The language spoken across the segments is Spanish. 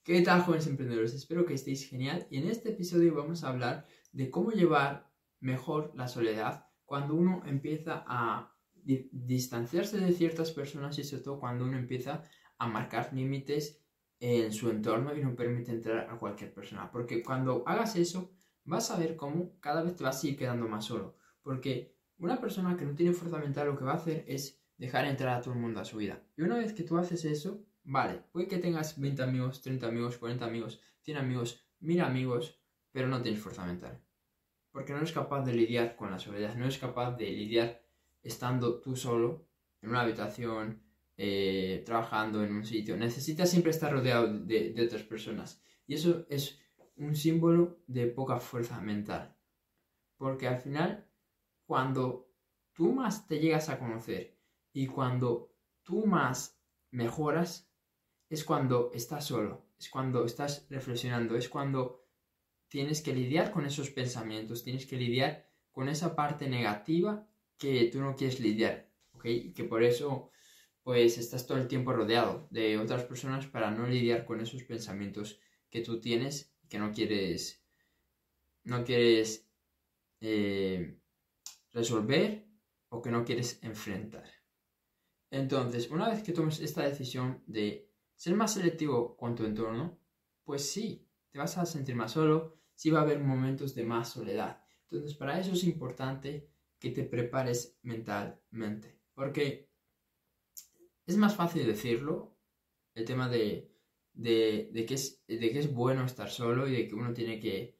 ¿Qué tal, jóvenes emprendedores? Espero que estéis genial y en este episodio vamos a hablar de cómo llevar mejor la soledad cuando uno empieza a distanciarse de ciertas personas y sobre todo cuando uno empieza a marcar límites en su entorno y no permite entrar a cualquier persona. Porque cuando hagas eso vas a ver cómo cada vez te vas a ir quedando más solo. Porque una persona que no tiene fuerza mental lo que va a hacer es dejar entrar a todo el mundo a su vida. Y una vez que tú haces eso, vale, puede que tengas 20 amigos, 30 amigos, 40 amigos, 100 amigos, 1000 amigos, pero no tienes fuerza mental. Porque no eres capaz de lidiar con la soledad, no eres capaz de lidiar estando tú solo en una habitación, trabajando en un sitio. Necesitas siempre estar rodeado de otras personas. Y eso es un símbolo de poca fuerza mental. Porque al final, cuando tú más te llegas a conocer y cuando tú más mejoras, es cuando estás solo, es cuando estás reflexionando, es cuando tienes que lidiar con esos pensamientos, tienes que lidiar con esa parte negativa que tú no quieres lidiar, ¿ok? Y que por eso, pues, estás todo el tiempo rodeado de otras personas para no lidiar con esos pensamientos que tú tienes, que no quieres resolver o que no quieres enfrentar. Entonces, una vez que tomes esta decisión de ser más selectivo con tu entorno, pues sí, te vas a sentir más solo, sí va a haber momentos de más soledad. Entonces, para eso es importante que te prepares mentalmente, porque es más fácil decirlo, el tema de que es bueno estar solo y de que uno tiene que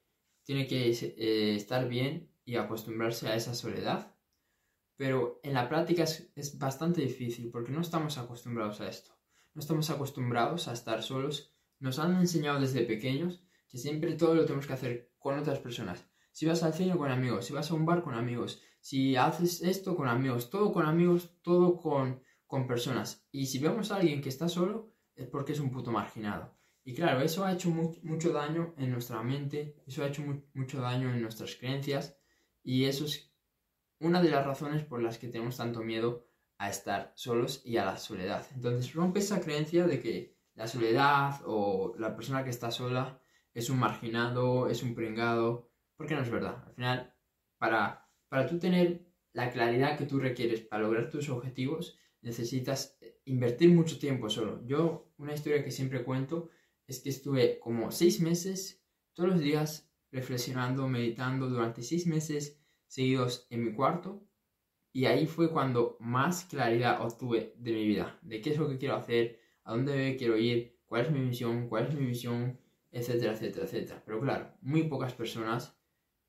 estar bien y acostumbrarse a esa soledad. Pero en la práctica es bastante difícil porque no estamos acostumbrados a esto. No estamos acostumbrados a estar solos. Nos han enseñado desde pequeños que siempre todo lo tenemos que hacer con otras personas. Si vas al cine con amigos, si vas a un bar con amigos, si haces esto con amigos, todo con personas. Y si vemos a alguien que está solo, es porque es un puto marginado. Y claro, eso ha hecho mucho daño en nuestra mente, eso ha hecho mucho daño en nuestras creencias y eso es una de las razones por las que tenemos tanto miedo a estar solos y a la soledad. Entonces rompe esa creencia de que la soledad o la persona que está sola es un marginado, es un pringado, porque no es verdad. Al final, para tú tener la claridad que tú requieres para lograr tus objetivos, necesitas invertir mucho tiempo solo. Yo, una historia que siempre cuento es que estuve como 6 meses, todos los días, reflexionando, meditando durante 6 meses seguidos en mi cuarto, y ahí fue cuando más claridad obtuve de mi vida, de qué es lo que quiero hacer, a dónde quiero ir, cuál es mi misión, cuál es mi visión, etcétera, etcétera, etcétera. Pero claro, muy pocas personas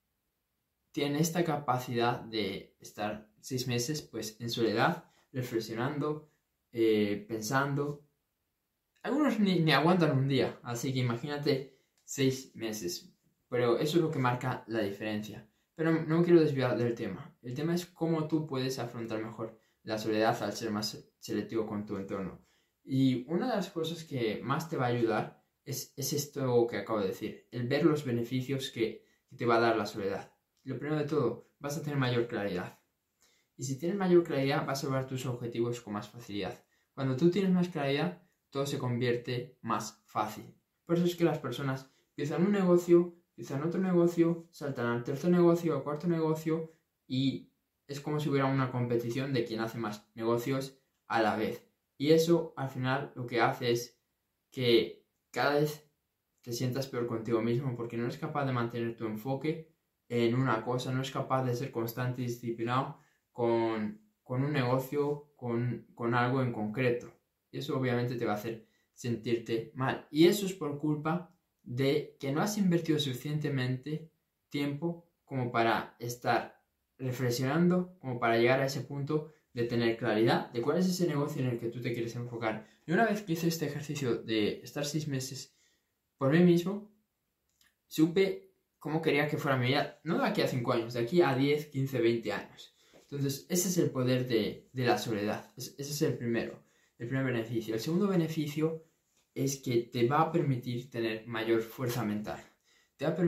tienen esta capacidad de estar 6 meses pues en soledad, reflexionando, pensando. Algunos ni aguantan un día, así que imagínate 6 meses. Pero eso es lo que marca la diferencia. Pero no quiero desviar del tema. El tema es cómo tú puedes afrontar mejor la soledad al ser más selectivo con tu entorno. Y una de las cosas que más te va a ayudar es esto que acabo de decir. El ver los beneficios que te va a dar la soledad. Lo primero de todo, vas a tener mayor claridad. Y si tienes mayor claridad, vas a lograr tus objetivos con más facilidad. Cuando tú tienes más claridad, todo se convierte más fácil. Por eso es que las personas empiezan un negocio, empiezan otro negocio, saltan al tercer negocio, al cuarto negocio y es como si hubiera una competición de quién hace más negocios a la vez. Y eso al final lo que hace es que cada vez te sientas peor contigo mismo porque no eres capaz de mantener tu enfoque en una cosa, no eres capaz de ser constante y disciplinado con un negocio, con algo en concreto. Y eso obviamente te va a hacer sentirte mal. Y eso es por culpa de que no has invertido suficientemente tiempo como para estar reflexionando, como para llegar a ese punto de tener claridad de cuál es ese negocio en el que tú te quieres enfocar. Y una vez que hice este ejercicio de estar 6 meses por mí mismo, supe cómo quería que fuera mi vida, no de aquí a 5 años, de aquí a 10, 15, 20 años. Entonces, ese es el poder de la soledad. Ese es el primer beneficio. El segundo beneficio es que te va a permitir tener mayor fuerza mental. Te va a